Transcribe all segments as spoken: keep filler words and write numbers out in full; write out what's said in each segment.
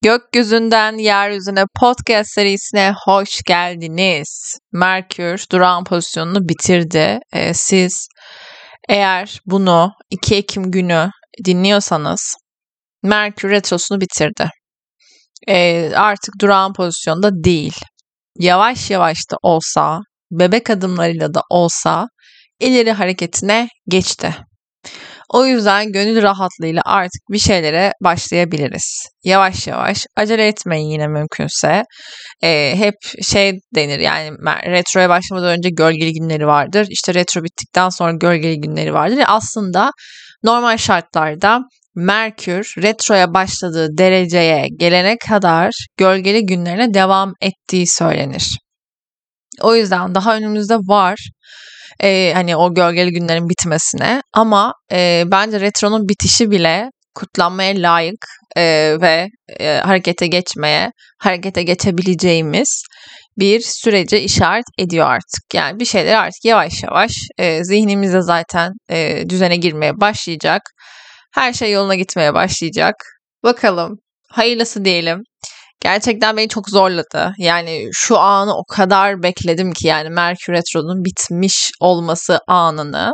Gökyüzünden Yeryüzüne podcast serisine hoş geldiniz. Merkür durağan pozisyonunu bitirdi. Ee, siz eğer bunu iki Ekim günü dinliyorsanız Merkür retrosunu bitirdi. Ee, artık durağan pozisyonda değil. Yavaş yavaş da olsa, bebek adımlarıyla da olsa ileri hareketine geçti. O yüzden gönül rahatlığıyla artık bir şeylere başlayabiliriz. Yavaş yavaş, acele etmeyin yine mümkünse. Ee, hep şey denir yani retroya başlamadan önce gölgeli günleri vardır. İşte retro bittikten sonra gölgeli günleri vardır. Yani aslında normal şartlarda Merkür retroya başladığı dereceye gelene kadar gölgeli günlerine devam ettiği söylenir. O yüzden daha önümüzde var. Ee, hani o gölgeli günlerin bitmesine ama e, bence retronun bitişi bile kutlanmaya layık e, ve e, harekete geçmeye, harekete geçebileceğimiz bir sürece işaret ediyor artık. Yani bir şeyler artık yavaş yavaş e, zihnimizde zaten e, düzene girmeye başlayacak. Her şey yoluna gitmeye başlayacak. Bakalım, hayırlısı diyelim. Gerçekten beni çok zorladı. Yani şu anı o kadar bekledim ki yani Merkür Retro'nun bitmiş olması anını.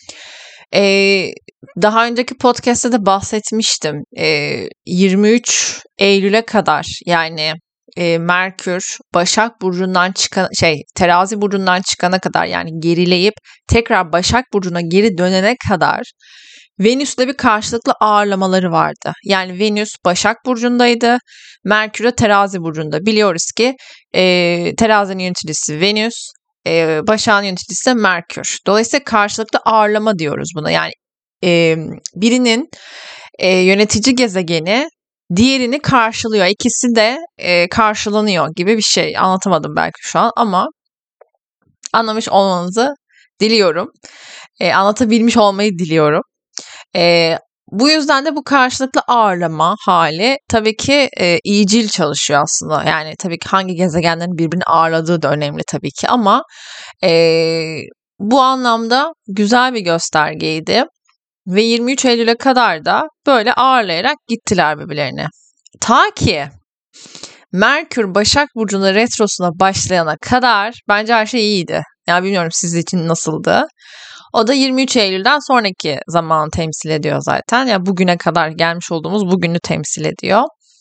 Ee, daha önceki podcast'te de bahsetmiştim. Ee, yirmi üç Eylül'e kadar yani e, Merkür Başak Burcu'ndan çıkan şey Terazi Burcu'ndan çıkana kadar yani gerileyip tekrar Başak Burcu'na geri dönene kadar Venüs'le bir karşılıklı ağırlamaları vardı. Yani Venüs Başak Burcu'ndaydı. Merkür de Terazi Burcu'nda. Biliyoruz ki e, Terazi'nin yöneticisi Venüs, e, Başak'ın yöneticisi de Merkür. Dolayısıyla karşılıklı ağırlama diyoruz buna. Yani e, birinin e, yönetici gezegeni diğerini karşılıyor. İkisi de e, karşılanıyor gibi bir şey. Anlatamadım belki şu an ama anlamış olmanızı diliyorum. E, anlatabilmiş olmayı diliyorum. E, bu yüzden de bu karşılıklı ağırlama hali tabii ki e, iyicil çalışıyor aslında. Yani tabii ki hangi gezegenlerin birbirini ağırladığı da önemli tabii ki ama e, bu anlamda güzel bir göstergeydi. Ve yirmi üç Eylül'e kadar da böyle ağırlayarak gittiler birbirlerine. Ta ki Merkür Başak Burcu'nda retrosuna başlayana kadar bence her şey iyiydi. Yani bilmiyorum siz için nasıldı. O da yirmi üç Eylül'den sonraki zamanı temsil ediyor zaten. Yani bugüne kadar gelmiş olduğumuz bugünü temsil ediyor.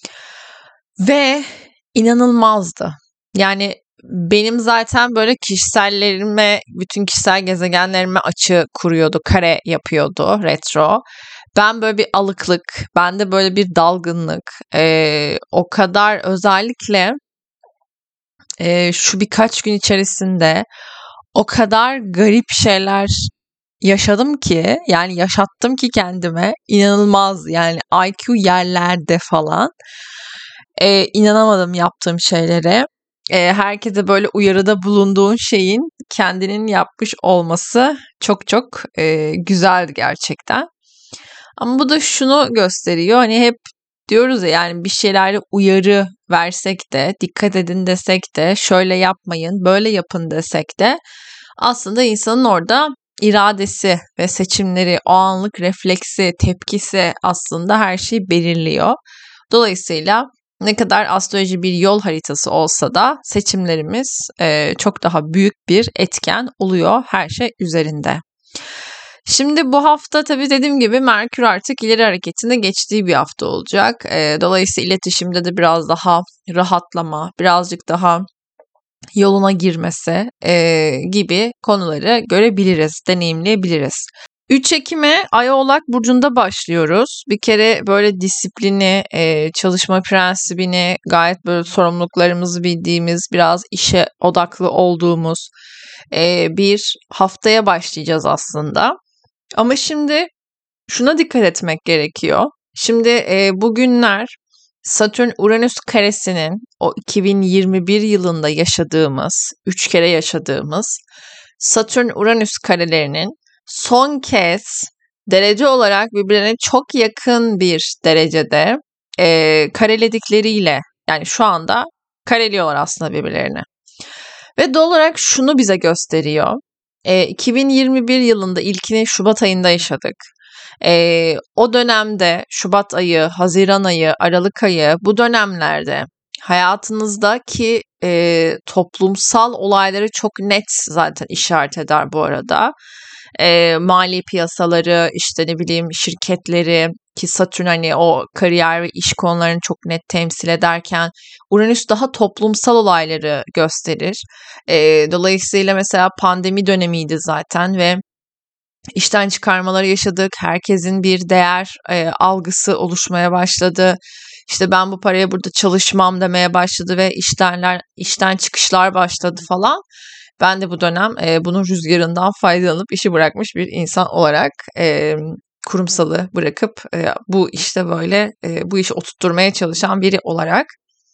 Ve inanılmazdı. Yani benim zaten böyle kişisellerime, bütün kişisel gezegenlerime açı kuruyordu, kare yapıyordu retro. Ben böyle bir alıklık, bende böyle bir dalgınlık, ee, o kadar özellikle e, şu birkaç gün içerisinde o kadar garip şeyler yaşadım ki yani yaşattım ki kendime inanılmaz yani I Q yerlerde falan ee, inanamadım yaptığım şeylere. Ee, herkese böyle uyarıda bulunduğun şeyin kendinin yapmış olması çok çok e, güzeldi gerçekten. Ama bu da şunu gösteriyor hani hep diyoruz ya yani bir şeylerle uyarı versek de dikkat edin desek de şöyle yapmayın böyle yapın desek de aslında insanın orada iradesi ve seçimleri, o anlık refleksi, tepkisi aslında her şeyi belirliyor. Dolayısıyla ne kadar astroloji bir yol haritası olsa da seçimlerimiz e, çok daha büyük bir etken oluyor her şey üzerinde. Şimdi bu hafta tabii dediğim gibi Merkür artık ileri hareketine geçtiği bir hafta olacak. E, dolayısıyla iletişimde de biraz daha rahatlama, birazcık daha yoluna girmesi e, gibi konuları görebiliriz, deneyimleyebiliriz. üç Ekim'e Ay Oğlak Burcu'nda başlıyoruz. Bir kere böyle disiplini, e, çalışma prensibini, gayet böyle sorumluluklarımızı bildiğimiz, biraz işe odaklı olduğumuz e, bir haftaya başlayacağız aslında. Ama şimdi şuna dikkat etmek gerekiyor. Şimdi e, bugünler Satürn-Uranüs karesinin o iki bin yirmi bir yılında yaşadığımız, üç kere yaşadığımız Satürn-Uranüs karelerinin son kez derece olarak birbirine çok yakın bir derecede e, kareledikleriyle yani şu anda kareliyorlar aslında birbirlerini. Ve doğal olarak şunu bize gösteriyor. E, iki bin yirmi bir yılında ilkini Şubat ayında yaşadık. E, o dönemde Şubat ayı, Haziran ayı, Aralık ayı bu dönemlerde hayatınızdaki e, toplumsal olayları çok net zaten işaret eder bu arada. E, mali piyasaları, işte ne bileyim şirketleri, ki Satürn hani o kariyer ve iş konularını çok net temsil ederken Uranüs daha toplumsal olayları gösterir. E, dolayısıyla mesela pandemi dönemiydi zaten ve işten çıkarmaları yaşadık. Herkesin bir değer e, algısı oluşmaya başladı. İşte ben bu paraya burada çalışmam demeye başladı ve iştenler işten çıkışlar başladı falan. Ben de bu dönem e, bunun rüzgarından faydalanıp işi bırakmış bir insan olarak e, kurumsalı bırakıp e, bu işte böyle e, bu işi oturtturmaya çalışan biri olarak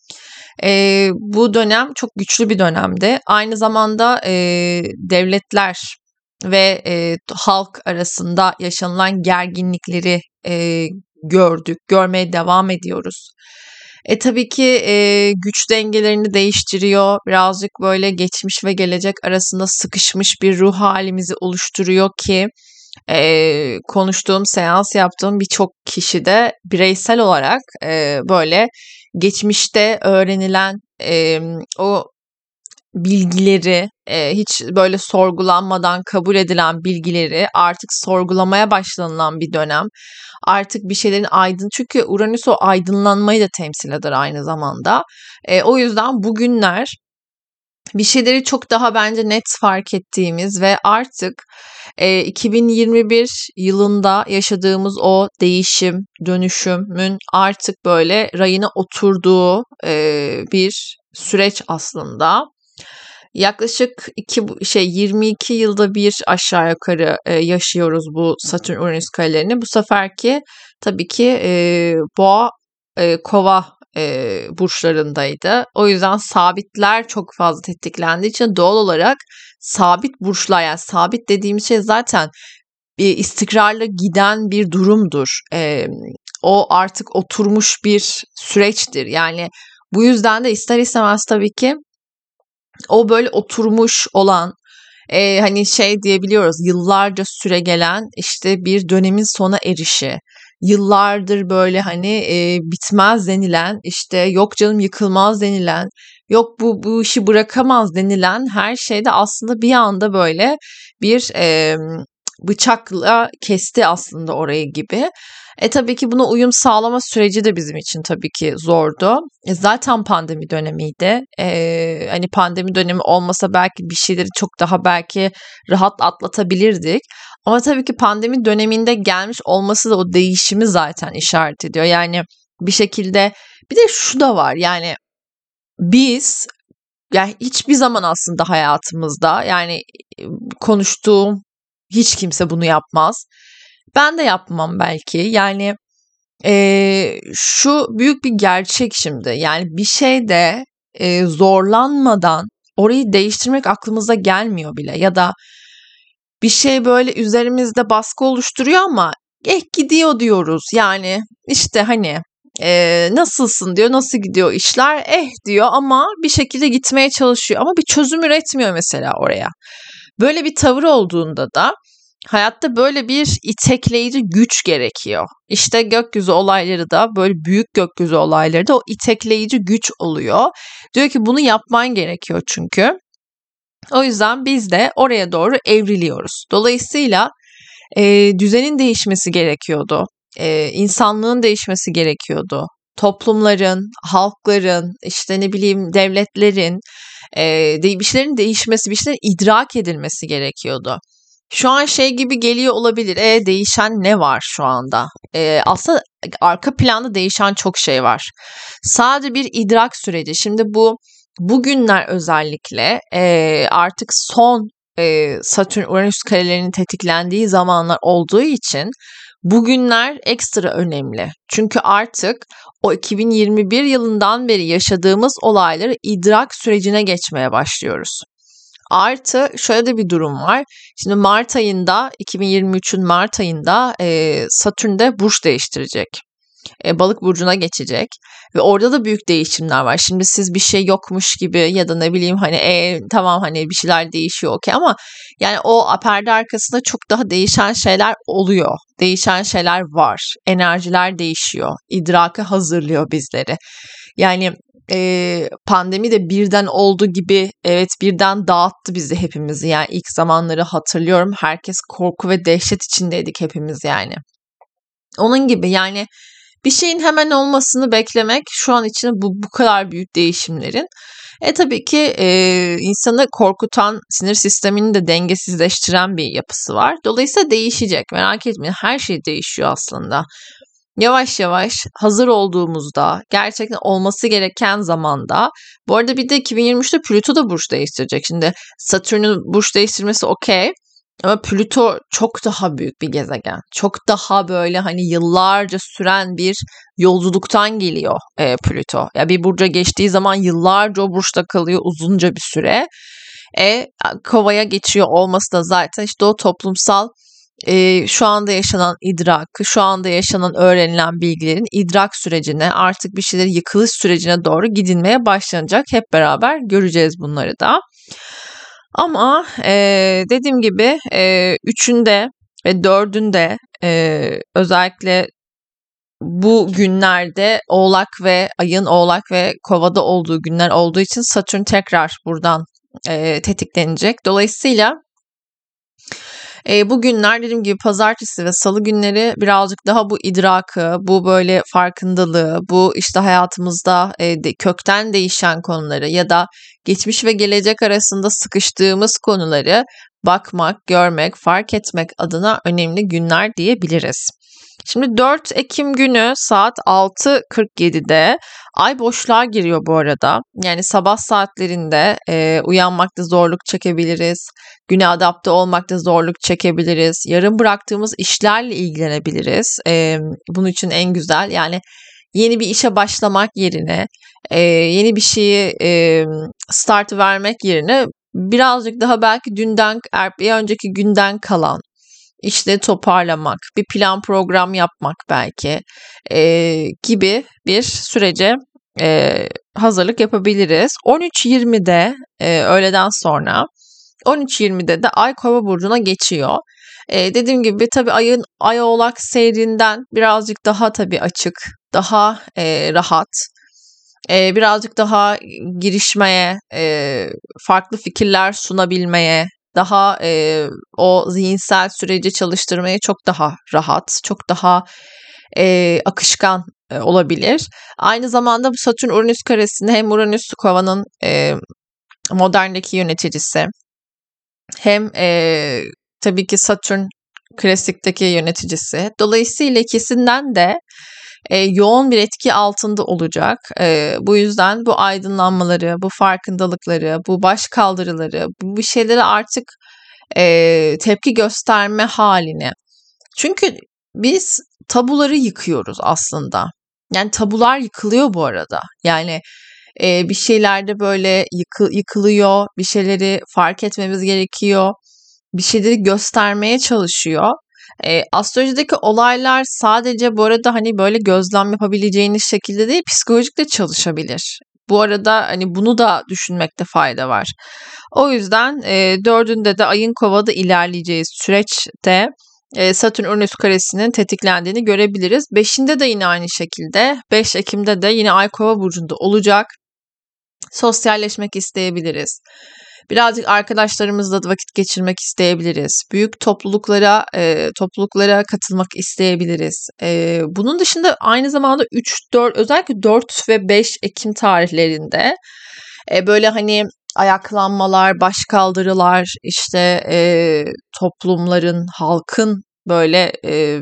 e, bu dönem çok güçlü bir dönemdi. Aynı zamanda e, devletler ve e, halk arasında yaşanılan gerginlikleri e, gördük, görmeye devam ediyoruz. E tabii ki e, güç dengelerini değiştiriyor. Birazcık böyle geçmiş ve gelecek arasında sıkışmış bir ruh halimizi oluşturuyor ki e, konuştuğum, seans yaptığım birçok kişi de bireysel olarak e, böyle geçmişte öğrenilen e, o bilgileri, e, hiç böyle sorgulanmadan kabul edilen bilgileri artık sorgulamaya başlanılan bir dönem. Artık bir şeylerin aydın, çünkü Uranüs o aydınlanmayı da temsil eder aynı zamanda. E, o yüzden bugünler bir şeyleri çok daha bence net fark ettiğimiz ve artık e, iki bin yirmi bir yılında yaşadığımız o değişim, dönüşümün artık böyle rayına oturduğu e, bir süreç aslında. Yaklaşık iki şey yirmi iki yılda bir aşağı yukarı e, yaşıyoruz bu Satürn Uranüs karelerini. Bu seferki tabii ki e, Boğa, e, Kova e, burçlarındaydı. O yüzden sabitler çok fazla tetiklendiği için doğal olarak sabit burçlar, yani sabit dediğimiz şey zaten bir istikrarlı giden bir durumdur. E, o artık oturmuş bir süreçtir. Yani bu yüzden de ister istemez tabii ki o böyle oturmuş olan e, hani şey diyebiliyoruz, yıllarca süre gelen işte bir dönemin sona erişi. Yıllardır böyle hani e, bitmez denilen, işte yok canım yıkılmaz denilen, yok bu bu işi bırakamaz denilen her şeyde aslında bir anda böyle bir e, bıçakla kesti aslında orayı gibi. E tabii ki buna uyum sağlama süreci de bizim için tabii ki zordu. E zaten pandemi dönemiydi. E, hani pandemi dönemi olmasa belki bir şeyleri çok daha belki rahat atlatabilirdik. Ama tabii ki pandemi döneminde gelmiş olması da o değişimi zaten işaret ediyor. Yani bir şekilde bir de şu da var, yani biz yani hiçbir zaman aslında hayatımızda, yani konuştuğum hiç kimse bunu yapmaz. Ben de yapmam belki. Yani e, şu büyük bir gerçek şimdi. Yani bir şeyde e, zorlanmadan orayı değiştirmek aklımıza gelmiyor bile. Ya da bir şey böyle üzerimizde baskı oluşturuyor ama eh gidiyor diyoruz. Yani işte hani e, nasılsın diyor, nasıl gidiyor işler, eh diyor ama bir şekilde gitmeye çalışıyor. Ama bir çözüm üretmiyor mesela oraya. Böyle bir tavır olduğunda da hayatta böyle bir itekleyici güç gerekiyor. İşte gökyüzü olayları da, böyle büyük gökyüzü olayları da o itekleyici güç oluyor. Diyor ki bunu yapman gerekiyor çünkü. O yüzden biz de oraya doğru evriliyoruz. Dolayısıyla e, düzenin değişmesi gerekiyordu. E, insanlığın değişmesi gerekiyordu. Toplumların, halkların, işte ne bileyim devletlerin, e, bir şeylerin değişmesi, bir şeylerin idrak edilmesi gerekiyordu. Şu an şey gibi geliyor olabilir. E değişen ne var şu anda? E, aslında arka planda değişen çok şey var. Sadece bir idrak süreci. Şimdi bu bugünler özellikle e, artık son e, Satürn-Uranüs karelerinin tetiklendiği zamanlar olduğu için bugünler ekstra önemli. Çünkü artık o iki bin yirmi bir yılından beri yaşadığımız olayları idrak sürecine geçmeye başlıyoruz. Artı şöyle de bir durum var. Şimdi Mart ayında, iki bin yirmi üçün Mart ayında e, Satürn de burç değiştirecek. e, Balık burcuna geçecek ve orada da büyük değişimler var. Şimdi siz bir şey yokmuş gibi ya da ne bileyim hani e, tamam hani bir şeyler değişiyor okey ama yani o perde arkasında çok daha değişen şeyler oluyor. Değişen şeyler var. Enerjiler değişiyor. İdraka hazırlıyor bizleri. Yani e, pandemi de birden oldu gibi, evet, birden dağıttı bizi hepimizi. Yani ilk zamanları hatırlıyorum, herkes korku ve dehşet içindeydik hepimiz yani. Onun gibi yani bir şeyin hemen olmasını beklemek şu an için bu bu kadar büyük değişimlerin. E tabii ki e, insanı korkutan, sinir sistemini de dengesizleştiren bir yapısı var. Dolayısıyla değişecek, merak etmeyin, her şey değişiyor aslında. Yavaş yavaş hazır olduğumuzda, gerçekten olması gereken zamanda. Bu arada bir de iki bin yirmi üçte Plüto da burç değiştirecek. Şimdi Satürn'ün burç değiştirmesi okey. Ama Plüto çok daha büyük bir gezegen. Çok daha böyle hani yıllarca süren bir yolculuktan geliyor e, Plüto. Ya bir burca geçtiği zaman yıllarca o burçta kalıyor, uzunca bir süre. E Kova'ya geçiyor olması da zaten işte o toplumsal e, şu anda yaşanan idrak, şu anda yaşanan öğrenilen bilgilerin idrak sürecine, artık bir şeylerin yıkılış sürecine doğru gidilmeye başlanacak. Hep beraber göreceğiz bunları da. Ama e, dediğim gibi e, üçünde ve dördünde e, özellikle bu günlerde Oğlak ve Ayın Oğlak ve Kova'da olduğu günler olduğu için Satürn tekrar buradan e, tetiklenecek. Dolayısıyla E, bu günler dediğim gibi pazartesi ve salı günleri birazcık daha bu idrakı, bu böyle farkındalığı, bu işte hayatımızda e, de, kökten değişen konuları ya da geçmiş ve gelecek arasında sıkıştığımız konuları bakmak, görmek, fark etmek adına önemli günler diyebiliriz. Şimdi dört Ekim günü saat altı kırk yedide ay boşluğa giriyor bu arada. Yani sabah saatlerinde e, uyanmakta zorluk çekebiliriz. Güne adapte olmakta zorluk çekebiliriz. Yarım bıraktığımız işlerle ilgilenebiliriz. E, bunun için en güzel yani yeni bir işe başlamak yerine, e, yeni bir şeyi e, start vermek yerine birazcık daha belki dünden, bir önceki günden kalan işte toparlamak, bir plan program yapmak belki e, gibi bir sürece e, hazırlık yapabiliriz. on üç yirmide e, öğleden sonra on üç yirmide de Ay Kova burcuna geçiyor. E, dediğim gibi tabii ayın Ay Oğlak seyrinden birazcık daha tabii açık, daha e, rahat. E, birazcık daha girişmeye, e, farklı fikirler sunabilmeye, daha e, o zihinsel süreci çalıştırmaya çok daha rahat, çok daha e, akışkan e, olabilir. Aynı zamanda bu Satürn-Uranüs karesinde hem Uranüs Kova'nın e, moderndeki yöneticisi, hem e, tabii ki Satürn klasikteki yöneticisi. Dolayısıyla ikisinden de e, yoğun bir etki altında olacak. E, bu yüzden bu aydınlanmaları, bu farkındalıkları, bu başkaldırıları, bu bir şeyleri artık e, tepki gösterme halini. Çünkü biz tabuları yıkıyoruz aslında. Yani tabular yıkılıyor bu arada. Yani e, bir şeylerde böyle yıkı, yıkılıyor, bir şeyleri fark etmemiz gerekiyor, bir şeyleri göstermeye çalışıyor. E, astrolojideki olaylar sadece bu arada hani böyle gözlem yapabileceğiniz şekilde değil, psikolojik de çalışabilir. Bu arada hani bunu da düşünmekte fayda var. O yüzden e, dördünde de ayın Kova'da ilerleyeceği süreçte e, Satürn-Uranüs karesinin tetiklendiğini görebiliriz. Beşinde de yine aynı şekilde, beş Ekim'de de yine Ay Kova burcunda olacak. Sosyalleşmek isteyebiliriz. Birazcık arkadaşlarımızla da vakit geçirmek isteyebiliriz. Büyük topluluklara e, topluluklara katılmak isteyebiliriz. E, bunun dışında aynı zamanda üç dört, özellikle dört ve beş Ekim tarihlerinde e, böyle hani ayaklanmalar, başkaldırılar, işte e, toplumların, halkın böyle e,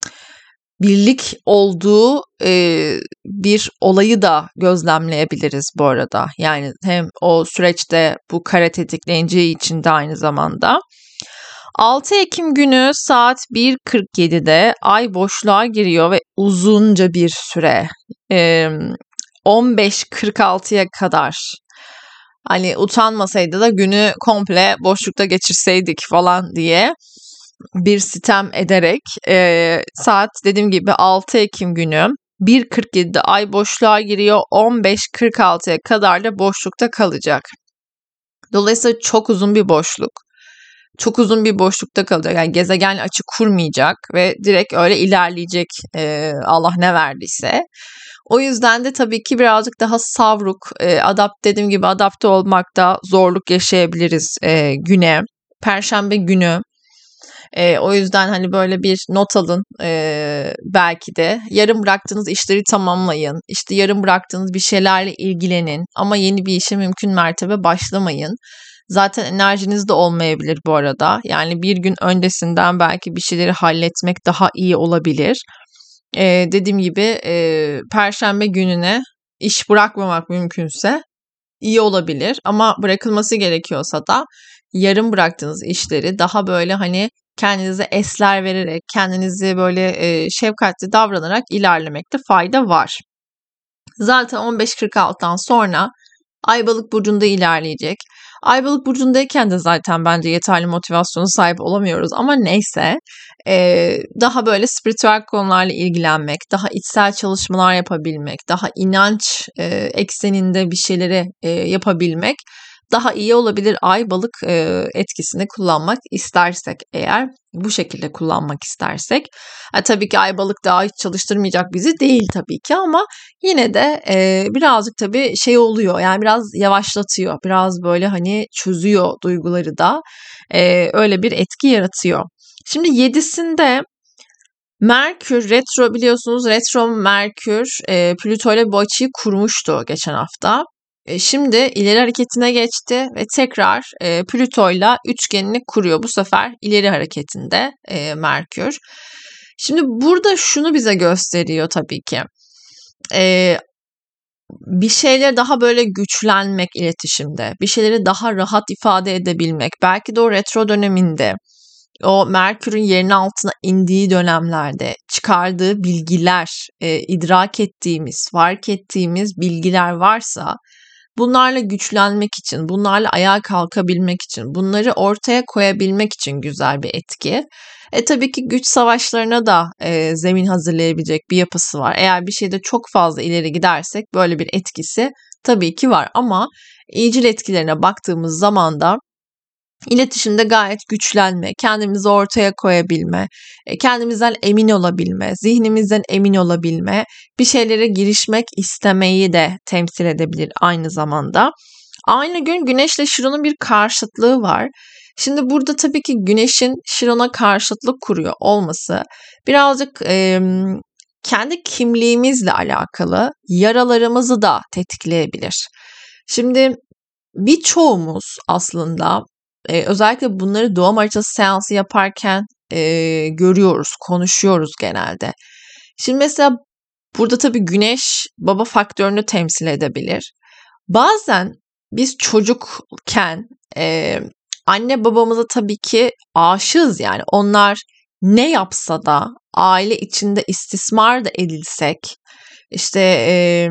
birlik olduğu e, bir olayı da gözlemleyebiliriz bu arada. Yani hem o süreçte bu kare tetikleneceği için de aynı zamanda. altı Ekim günü saat bir kırk yedide ay boşluğa giriyor ve uzunca bir süre e, on beş kırk altıya kadar, hani utanmasaydı da günü komple boşlukta geçirseydik falan diye bir sitem ederek e, saat dediğim gibi altı Ekim günü bir kırk yedide ay boşluğa giriyor. on beş kırk altıya kadar da boşlukta kalacak. Dolayısıyla çok uzun bir boşluk. Çok uzun bir boşlukta kalacak. Yani gezegenle açı kurmayacak ve direkt öyle ilerleyecek e, Allah ne verdiyse. O yüzden de tabii ki birazcık daha savruk, e, adapt dediğim gibi adapte olmakta zorluk yaşayabiliriz e, güne. Perşembe günü. E, o yüzden hani böyle bir not alın e, belki de. Yarım bıraktığınız işleri tamamlayın. İşte yarım bıraktığınız bir şeylerle ilgilenin. Ama yeni bir işe mümkün mertebe başlamayın. Zaten enerjiniz de olmayabilir bu arada. Yani bir gün öncesinden belki bir şeyleri halletmek daha iyi olabilir. Ee, dediğim gibi e, Perşembe gününe iş bırakmamak mümkünse iyi olabilir. Ama bırakılması gerekiyorsa da yarım bıraktığınız işleri daha böyle hani kendinize esler vererek, kendinizi böyle e, şefkatli davranarak ilerlemekte fayda var. Zaten on beş kırk altıdan sonra Ay Balık burcunda ilerleyecek. Ay Balık burcundayken de zaten bence yeterli motivasyona sahip olamıyoruz ama neyse. Ee, daha böyle spiritüel konularla ilgilenmek, daha içsel çalışmalar yapabilmek, daha inanç e, ekseninde bir şeyleri e, yapabilmek daha iyi olabilir. Ay Balık e, etkisini kullanmak istersek eğer, bu şekilde kullanmak istersek. Ha, tabii ki Ay Balık daha hiç çalıştırmayacak bizi değil tabii ki ama yine de e, birazcık tabii şey oluyor, yani biraz yavaşlatıyor, biraz böyle hani çözüyor duyguları da, e, öyle bir etki yaratıyor. Şimdi yedisinde Merkür retro, biliyorsunuz retro Merkür e, Plüto ile bu açıyı kurmuştu geçen hafta. E, şimdi ileri hareketine geçti ve tekrar e, Plüto ile üçgenini kuruyor. Bu sefer ileri hareketinde e, Merkür. Şimdi burada şunu bize gösteriyor tabii ki. E, bir şeyleri daha böyle güçlenmek iletişimde, bir şeyleri daha rahat ifade edebilmek, belki de o retro döneminde, o Merkür'ün yerin altına indiği dönemlerde çıkardığı bilgiler, e, idrak ettiğimiz, fark ettiğimiz bilgiler varsa bunlarla güçlenmek için, bunlarla ayağa kalkabilmek için, bunları ortaya koyabilmek için güzel bir etki. E tabii ki güç savaşlarına da e, zemin hazırlayabilecek bir yapısı var. Eğer bir şeyde çok fazla ileri gidersek böyle bir etkisi tabii ki var. Ama iyicil etkilerine baktığımız zaman da İletişimde gayet güçlenme, kendimizi ortaya koyabilme, kendimizden emin olabilme, zihnimizden emin olabilme, bir şeylere girişmek istemeyi de temsil edebilir aynı zamanda. Aynı gün Güneş'le Şiron'un bir karşıtlığı var. Şimdi burada tabii ki Güneş'in Şiron'a karşıtlık kuruyor olması birazcık e, kendi kimliğimizle alakalı yaralarımızı da tetikleyebilir. Şimdi birçoğumuz aslında e, özellikle bunları doğum haritası seansı yaparken e, görüyoruz, konuşuyoruz genelde. Şimdi mesela burada tabii Güneş baba faktörünü temsil edebilir. Bazen biz çocukken e, anne babamıza tabii ki aşığız, yani onlar ne yapsa da aile içinde istismar da edilsek işte e,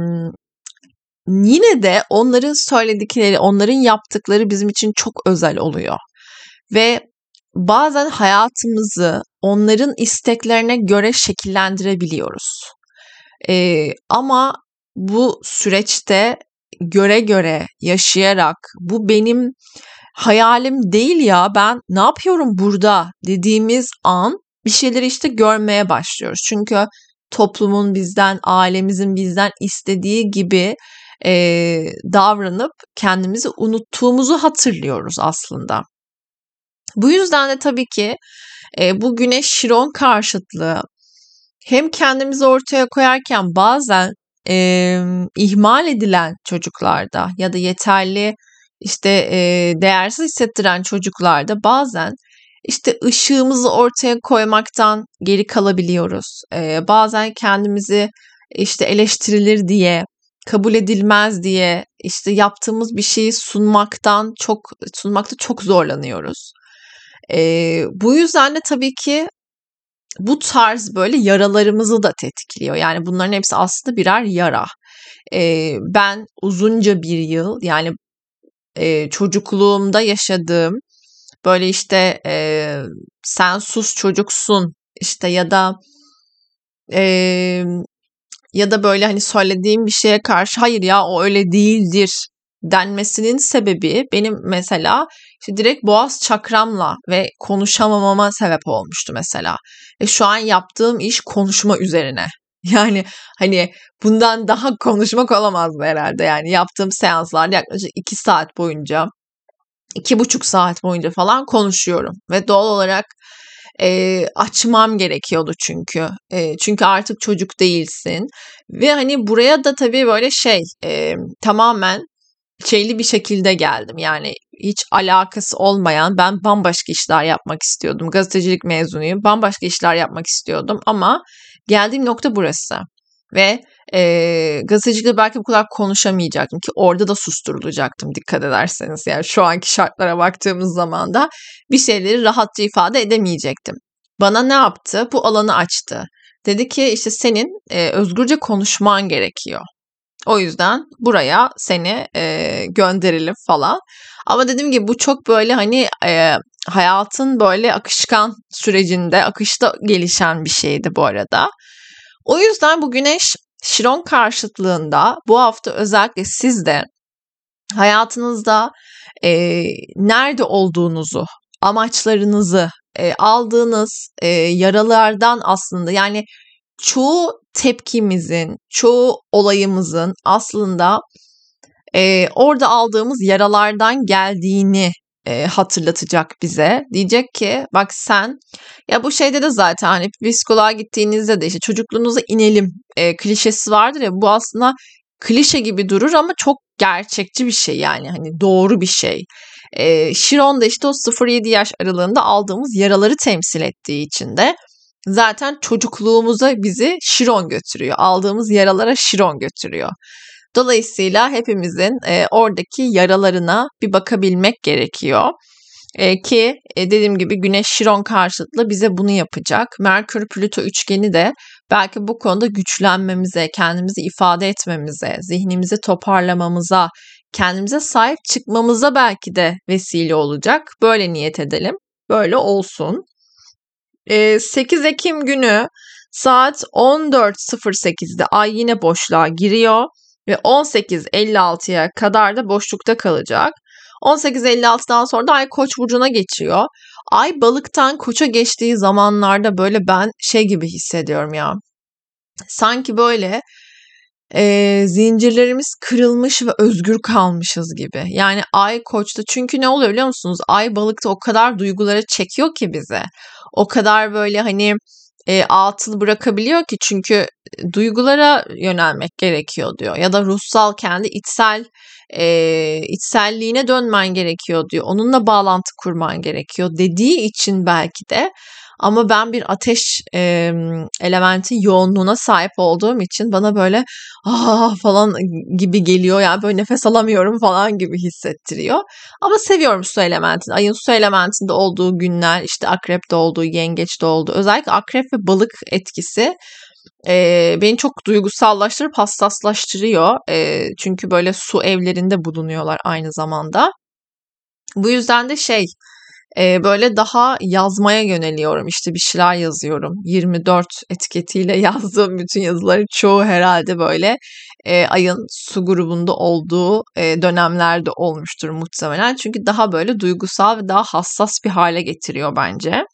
yine de onların söyledikleri, onların yaptıkları bizim için çok özel oluyor. Ve bazen hayatımızı onların isteklerine göre şekillendirebiliyoruz. Ee, ama bu süreçte göre göre yaşayarak, bu benim hayalim değil ya, ben ne yapıyorum burada dediğimiz an bir şeyleri işte görmeye başlıyoruz. Çünkü toplumun bizden, ailemizin bizden istediği gibi e, davranıp kendimizi unuttuğumuzu hatırlıyoruz aslında. Bu yüzden de tabii ki e, bu Güneş Şiron karşıtlığı hem kendimizi ortaya koyarken bazen e, ihmal edilen çocuklarda ya da yeterli işte e, değersiz hissettiren çocuklarda bazen işte ışığımızı ortaya koymaktan geri kalabiliyoruz. E, bazen kendimizi işte eleştirilir diye, kabul edilmez diye işte yaptığımız bir şeyi sunmaktan çok sunmakta çok zorlanıyoruz. E, bu yüzden de tabii ki bu tarz böyle yaralarımızı da tetikliyor. Yani bunların hepsi aslında birer yara. E, ben uzunca bir yıl, yani e, çocukluğumda yaşadığım böyle işte e, sen sus çocuksun işte ya da e, ya da böyle hani söylediğim bir şeye karşı hayır ya o öyle değildir denmesinin sebebi benim mesela işte direkt boğaz çakramla ve konuşamamama sebep olmuştu mesela. Ve şu an yaptığım iş konuşma üzerine. Yani hani bundan daha konuşmak olamazdı herhalde. Yani yaptığım seanslar yaklaşık iki saat boyunca, iki buçuk saat boyunca falan konuşuyorum. Ve doğal olarak e, açmam gerekiyordu çünkü. E, çünkü artık çocuk değilsin. Ve hani buraya da tabii böyle şey e, tamamen şeyli bir şekilde geldim. Yani hiç alakası olmayan, ben bambaşka işler yapmak istiyordum. Gazetecilik mezunuyum. Bambaşka işler yapmak istiyordum ama geldiğim nokta burası. Ve e, gazetecilikte belki bu kadar konuşamayacaktım ki orada da susturulacaktım dikkat ederseniz. Yani şu anki şartlara baktığımız zaman da bir şeyleri rahatça ifade edemeyecektim. Bana ne yaptı? Bu alanı açtı. Dedi ki işte senin e, özgürce konuşman gerekiyor. O yüzden buraya seni e, gönderelim falan. Ama dediğim gibi bu çok böyle hani e, hayatın böyle akışkan sürecinde, akışta gelişen bir şeydi bu arada. O yüzden bu Güneş Şiron karşıtlığında bu hafta özellikle siz de hayatınızda e, nerede olduğunuzu, amaçlarınızı, e, aldığınız e, yaralardan aslında yani çoğu tepkimizin, çoğu olayımızın aslında e, orada aldığımız yaralardan geldiğini e, hatırlatacak bize. Diyecek ki bak sen ya bu şeyde de zaten hani psikoloğa gittiğinizde de işte çocukluğunuza inelim e, klişesi vardır ya bu aslında klişe gibi durur ama çok gerçekçi bir şey yani hani doğru bir şey. E, Şiron da işte o sıfır yedi yaş aralığında aldığımız yaraları temsil ettiği için de zaten çocukluğumuza bizi Şiron götürüyor. Aldığımız yaralara Şiron götürüyor. Dolayısıyla hepimizin e, oradaki yaralarına bir bakabilmek gerekiyor. E, ki e, dediğim gibi Güneş Şiron karşıtlı bize bunu yapacak. Merkür Plüto üçgeni de belki bu konuda güçlenmemize, kendimizi ifade etmemize, zihnimizi toparlamamıza, kendimize sahip çıkmamıza belki de vesile olacak. Böyle niyet edelim. Böyle olsun. sekiz Ekim günü saat on dört sıfır sekizde Ay yine boşluğa giriyor ve on sekiz elli altıya kadar da boşlukta kalacak. on sekiz elli altıdan sonra da Ay Koç burcuna geçiyor. Ay balıktan Koça geçtiği zamanlarda böyle ben şey gibi hissediyorum ya. Sanki böyle e, zincirlerimiz kırılmış ve özgür kalmışız gibi. Yani Ay Koç'ta çünkü ne oluyor biliyor musunuz? Ay balıkta o kadar duygulara çekiyor ki bize. O kadar böyle hani e, atıl bırakabiliyor ki çünkü duygulara yönelmek gerekiyor diyor. Ya da ruhsal kendi içsel e, içselliğine dönmen gerekiyor diyor. Onunla bağlantı kurman gerekiyor dediği için belki de. Ama ben bir ateş e, elementin yoğunluğuna sahip olduğum için bana böyle ah falan gibi geliyor. Yani böyle nefes alamıyorum falan gibi hissettiriyor. Ama seviyorum su elementini. Ayın su elementinde olduğu günler, işte akrepte olduğu, yengeçte olduğu. Özellikle akrep ve balık etkisi e, beni çok duygusallaştırıp hassaslaştırıyor. E, çünkü böyle su evlerinde bulunuyorlar aynı zamanda. Bu yüzden de şey e, böyle daha yazmaya yöneliyorum. İşte bir şeyler yazıyorum. yirmi dört etiketiyle yazdığım bütün yazıların çoğu herhalde böyle e, ayın su grubunda olduğu e, dönemlerde olmuştur muhtemelen. Çünkü daha böyle duygusal ve daha hassas bir hale getiriyor bence.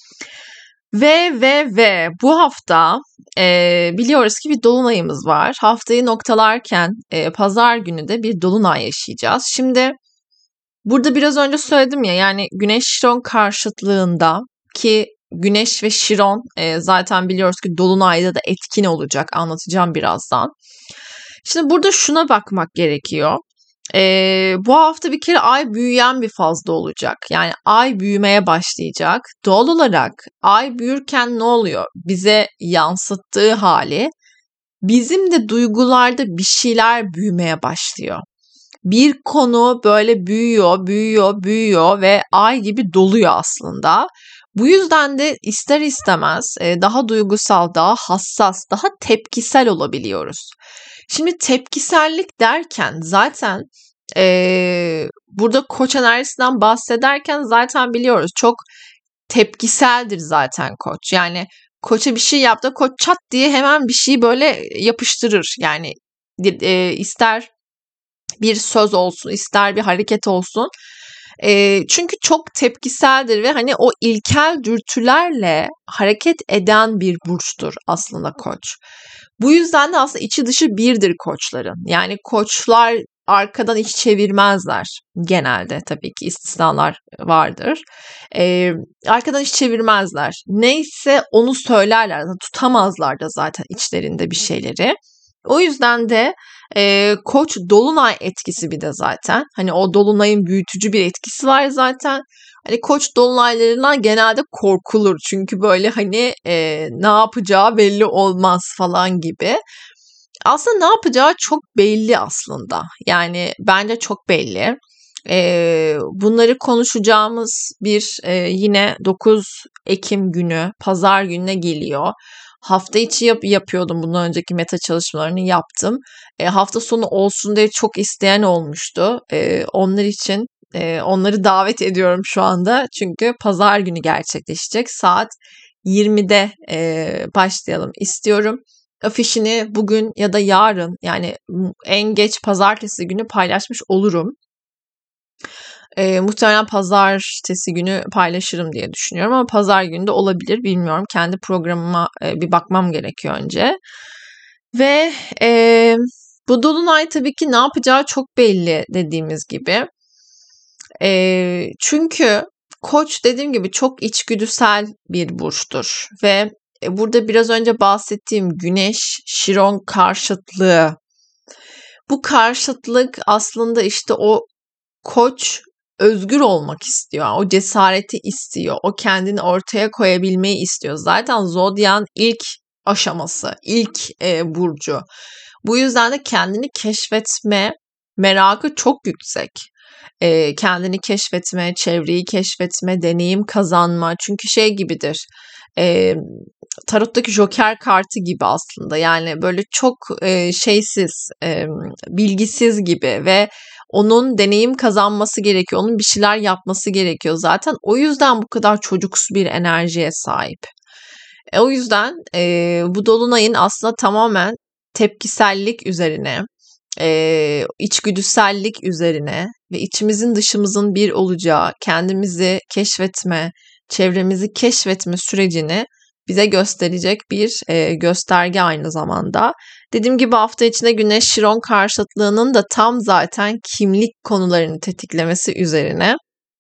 Ve ve ve bu hafta e, biliyoruz ki bir dolunayımız var. Haftayı noktalarken e, pazar günü de bir dolunay yaşayacağız. Şimdi burada biraz önce söyledim ya yani Güneş Şiron karşıtlığında ki Güneş ve Şiron e, zaten biliyoruz ki dolunayda da etkin olacak, anlatacağım birazdan. Şimdi burada şuna bakmak gerekiyor. Ee, bu hafta bir kere ay büyüyen bir fazda olacak. Yani ay büyümeye başlayacak. Doğal olarak ay büyürken ne oluyor? Bize yansıttığı hali bizim de duygularda bir şeyler büyümeye başlıyor. Bir konu böyle büyüyor, büyüyor, büyüyor ve ay gibi doluyor aslında. Bu yüzden de ister istemez daha duygusal, daha hassas, daha tepkisel olabiliyoruz. Şimdi tepkisellik derken zaten ee, burada Koç enerjisinden bahsederken zaten biliyoruz çok tepkiseldir zaten Koç. Yani Koç'a bir şey yaptı. Koç çat diye hemen bir şeyi böyle yapıştırır. Yani e, ister bir söz olsun, ister bir hareket olsun. E, çünkü çok tepkiseldir ve hani o ilkel dürtülerle hareket eden bir burçtur aslında Koç. Bu yüzden de aslında içi dışı birdir koçların. Yani koçlar arkadan iş çevirmezler genelde, tabii ki istisnalar vardır. Ee, arkadan iş çevirmezler. Neyse onu söylerler. Tutamazlar da zaten içlerinde bir şeyleri. O yüzden de e, Koç dolunay etkisi bir de zaten. Hani o dolunayın büyütücü bir etkisi var zaten. Hani Koç dolunaylarından genelde korkulur. Çünkü böyle hani e, ne yapacağı belli olmaz falan gibi. Aslında ne yapacağı çok belli aslında. Yani bence çok belli. E, bunları konuşacağımız bir e, yine dokuz Ekim günü pazar gününe geliyor. Hafta içi yap- yapıyordum bundan önceki meta çalışmalarını yaptım. E, hafta sonu olsun diye çok isteyen olmuştu. E, onlar için e, onları davet ediyorum şu anda. Çünkü pazar günü gerçekleşecek. Saat yirmide e, başlayalım istiyorum. Afişini bugün ya da yarın, yani en geç pazartesi günü paylaşmış olurum. E, muhtemelen pazartesi günü paylaşırım diye düşünüyorum ama pazar günü de olabilir, bilmiyorum. Kendi programıma e, bir bakmam gerekiyor önce. Ve e, bu dolunay tabii ki ne yapacağı çok belli, dediğimiz gibi. E, çünkü Koç, dediğim gibi, çok içgüdüsel bir burçtur ve e, burada biraz önce bahsettiğim Güneş Şiron karşıtlığı. Bu karşıtlık aslında işte o Koç özgür olmak istiyor. O cesareti istiyor. O kendini ortaya koyabilmeyi istiyor. Zaten Zodyak'ın ilk aşaması, ilk e, burcu. Bu yüzden de kendini keşfetme merakı çok yüksek. E, kendini keşfetme, çevreyi keşfetme, deneyim kazanma. Çünkü şey gibidir. E, Tarottaki Joker kartı gibi aslında. Yani böyle çok e, şeysiz, e, bilgisiz gibi ve onun deneyim kazanması gerekiyor. Onun bir şeyler yapması gerekiyor zaten. O yüzden bu kadar çocuksu bir enerjiye sahip. E, o yüzden e, bu dolunayın aslında tamamen tepkisellik üzerine, e, içgüdüsellik üzerine ve içimizin dışımızın bir olacağı, kendimizi keşfetme, çevremizi keşfetme sürecini bize gösterecek bir e, gösterge aynı zamanda. Dediğim gibi hafta içinde Güneş Şiron karşıtlığının da tam zaten kimlik konularını tetiklemesi üzerine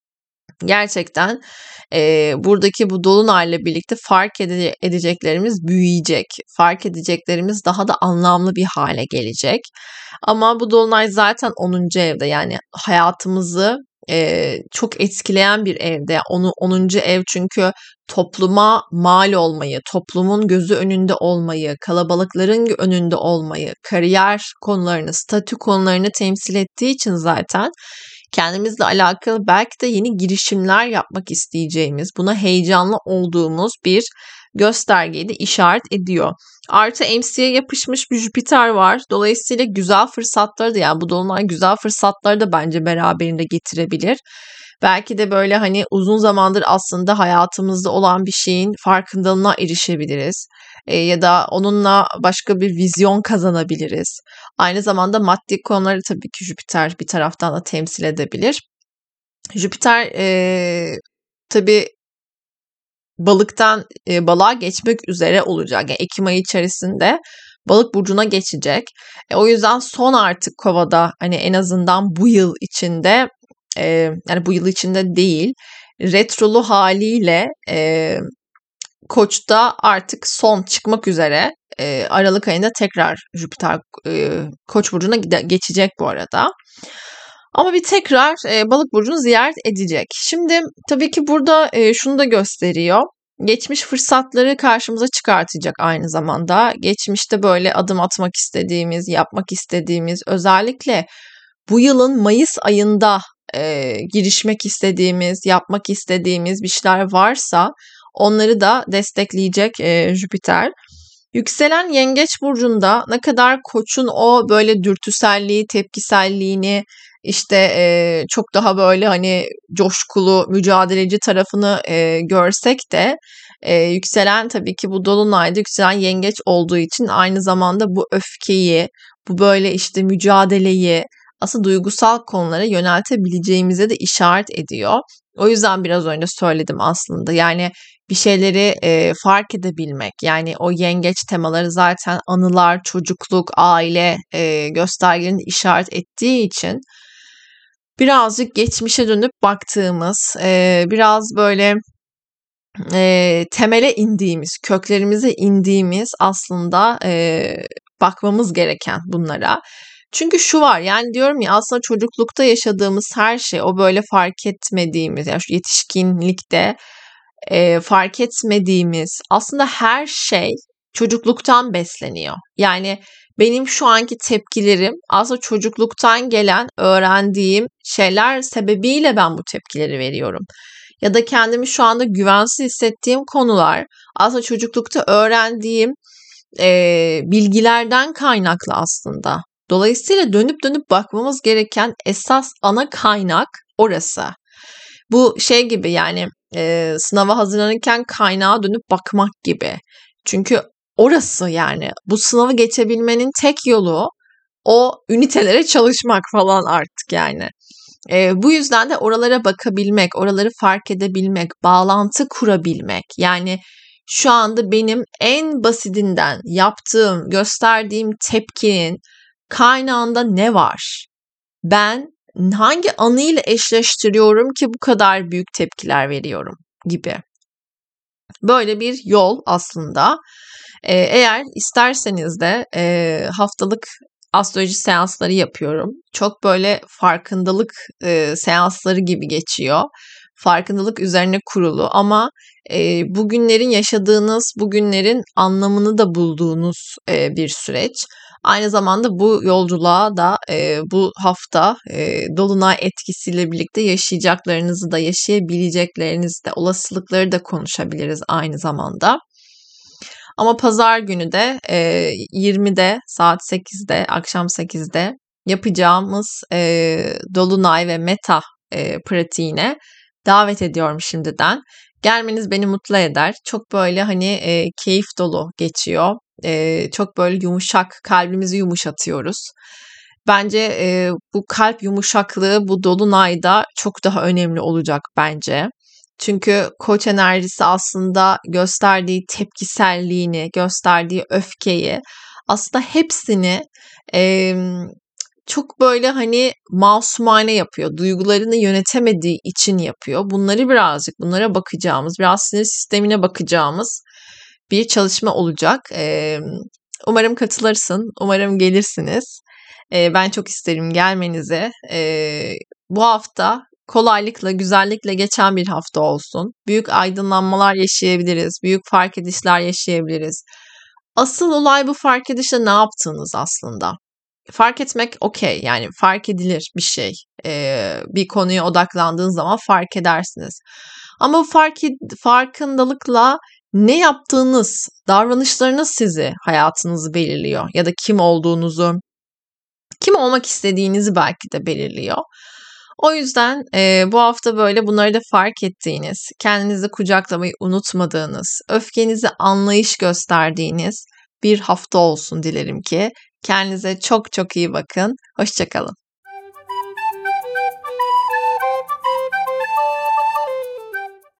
gerçekten e, buradaki bu dolunayla birlikte fark ede- edeceklerimiz büyüyecek. Fark edeceklerimiz daha da anlamlı bir hale gelecek. Ama bu dolunay zaten onuncu evde, yani hayatımızı e, çok etkileyen bir evde. Onu onuncu ev çünkü topluma mal olmayı, toplumun gözü önünde olmayı, kalabalıkların önünde olmayı, kariyer konularını, statü konularını temsil ettiği için zaten kendimizle alakalı belki de yeni girişimler yapmak isteyeceğimiz, buna heyecanlı olduğumuz bir göstergeyi de işaret ediyor. Artı M C'ye yapışmış bir Jüpiter var. Dolayısıyla güzel fırsatları da, yani bu dolunay güzel fırsatları da bence beraberinde getirebilir. Belki de böyle hani uzun zamandır aslında hayatımızda olan bir şeyin farkındalığına erişebiliriz. E, ya da onunla başka bir vizyon kazanabiliriz. Aynı zamanda maddi konuları tabii ki Jüpiter bir taraftan da temsil edebilir. Jüpiter e, tabii balıktan e, balığa geçmek üzere olacak. Yani Ekim ayı içerisinde balık burcuna geçecek. E, o yüzden son artık kovada, hani en azından bu yıl içinde, e, yani bu yıl içinde değil, retrolu haliyle e, Koç'ta artık son çıkmak üzere. E, Aralık ayında tekrar Jüpiter e, Koç burcuna gide- geçecek bu arada. Ama bir tekrar e, balık burcunu ziyaret edecek. Şimdi tabii ki burada e, şunu da gösteriyor. Geçmiş fırsatları karşımıza çıkartacak aynı zamanda. Geçmişte böyle adım atmak istediğimiz, yapmak istediğimiz, özellikle bu yılın Mayıs ayında e, girişmek istediğimiz, yapmak istediğimiz bir şeyler varsa onları da destekleyecek e, Jüpiter. Yükselen Yengeç burcunda ne kadar Koç'un o böyle dürtüselliği, tepkiselliğini işte e, çok daha böyle hani coşkulu, mücadeleci tarafını e, görsek de e, yükselen tabii ki bu dolunayda yükselen yengeç olduğu için aynı zamanda bu öfkeyi, bu böyle işte mücadeleyi aslında duygusal konulara yöneltebileceğimize de işaret ediyor. O yüzden biraz önce söyledim aslında. Yani bir şeyleri e, fark edebilmek. Yani o yengeç temaları zaten anılar, çocukluk, aile e, göstergelerini işaret ettiği için birazcık geçmişe dönüp baktığımız, e, biraz böyle e, temele indiğimiz, köklerimize indiğimiz aslında e, bakmamız gereken bunlara. Çünkü şu var, yani diyorum ya, aslında çocuklukta yaşadığımız her şey, o böyle fark etmediğimiz, yani şu yetişkinlikte e, fark etmediğimiz aslında her şey çocukluktan besleniyor. Yani benim şu anki tepkilerim aslında çocukluktan gelen öğrendiğim şeyler sebebiyle ben bu tepkileri veriyorum. Ya da kendimi şu anda güvensiz hissettiğim konular aslında çocuklukta öğrendiğim e, bilgilerden kaynaklı aslında. Dolayısıyla dönüp dönüp bakmamız gereken esas ana kaynak orası. Bu şey gibi, yani e, sınava hazırlanırken kaynağa dönüp bakmak gibi. Çünkü orası, yani bu sınavı geçebilmenin tek yolu o ünitelere çalışmak falan artık yani. E, bu yüzden de oralara bakabilmek, oraları fark edebilmek, bağlantı kurabilmek. Yani şu anda benim en basitinden yaptığım, gösterdiğim tepkinin kaynağında ne var? Ben hangi anıyla eşleştiriyorum ki bu kadar büyük tepkiler veriyorum gibi. Böyle bir yol aslında. Ee, eğer isterseniz de e, haftalık astroloji seansları yapıyorum. Çok böyle farkındalık e, seansları gibi geçiyor. Farkındalık üzerine kurulu ama e, bugünlerin yaşadığınız, bugünlerin anlamını da bulduğunuz e, bir süreç. Aynı zamanda bu yolculuğa da e, bu hafta e, dolunay etkisiyle birlikte yaşayacaklarınızı da, yaşayabileceklerinizi de, olasılıkları da konuşabiliriz aynı zamanda. Ama pazar günü de e, yirmide, saat sekizde, akşam sekizde yapacağımız e, dolunay ve meta e, pratiğine davet ediyorum şimdiden. Gelmeniz beni mutlu eder. Çok böyle hani e, keyif dolu geçiyor. E, çok böyle yumuşak, kalbimizi yumuşatıyoruz. Bence e, bu kalp yumuşaklığı bu dolunayda çok daha önemli olacak bence. Çünkü koç enerjisi aslında gösterdiği tepkiselliğini, gösterdiği öfkeyi, aslında hepsini e, çok böyle hani masumane yapıyor. Duygularını yönetemediği için yapıyor. Bunları birazcık, bunlara bakacağımız, biraz sinir sistemine bakacağımız bir çalışma olacak. E, umarım katılırsın, umarım gelirsiniz. E, ben çok isterim gelmenizi. E, bu hafta kolaylıkla, güzellikle geçen bir hafta olsun. Büyük aydınlanmalar yaşayabiliriz, büyük fark edişler yaşayabiliriz. Asıl olay bu fark edişle ne yaptığınız aslında. Fark etmek okey, yani fark edilir bir şey. Ee, bir konuya odaklandığınız zaman fark edersiniz. Ama bu fark, farkındalıkla ne yaptığınız, davranışlarınız sizi, hayatınızı belirliyor. Ya da kim olduğunuzu, kim olmak istediğinizi belki de belirliyor. O yüzden e, bu hafta böyle bunları da fark ettiğiniz, kendinizi kucaklamayı unutmadığınız, öfkenize anlayış gösterdiğiniz bir hafta olsun dilerim ki. Kendinize çok çok iyi bakın. Hoşça kalın.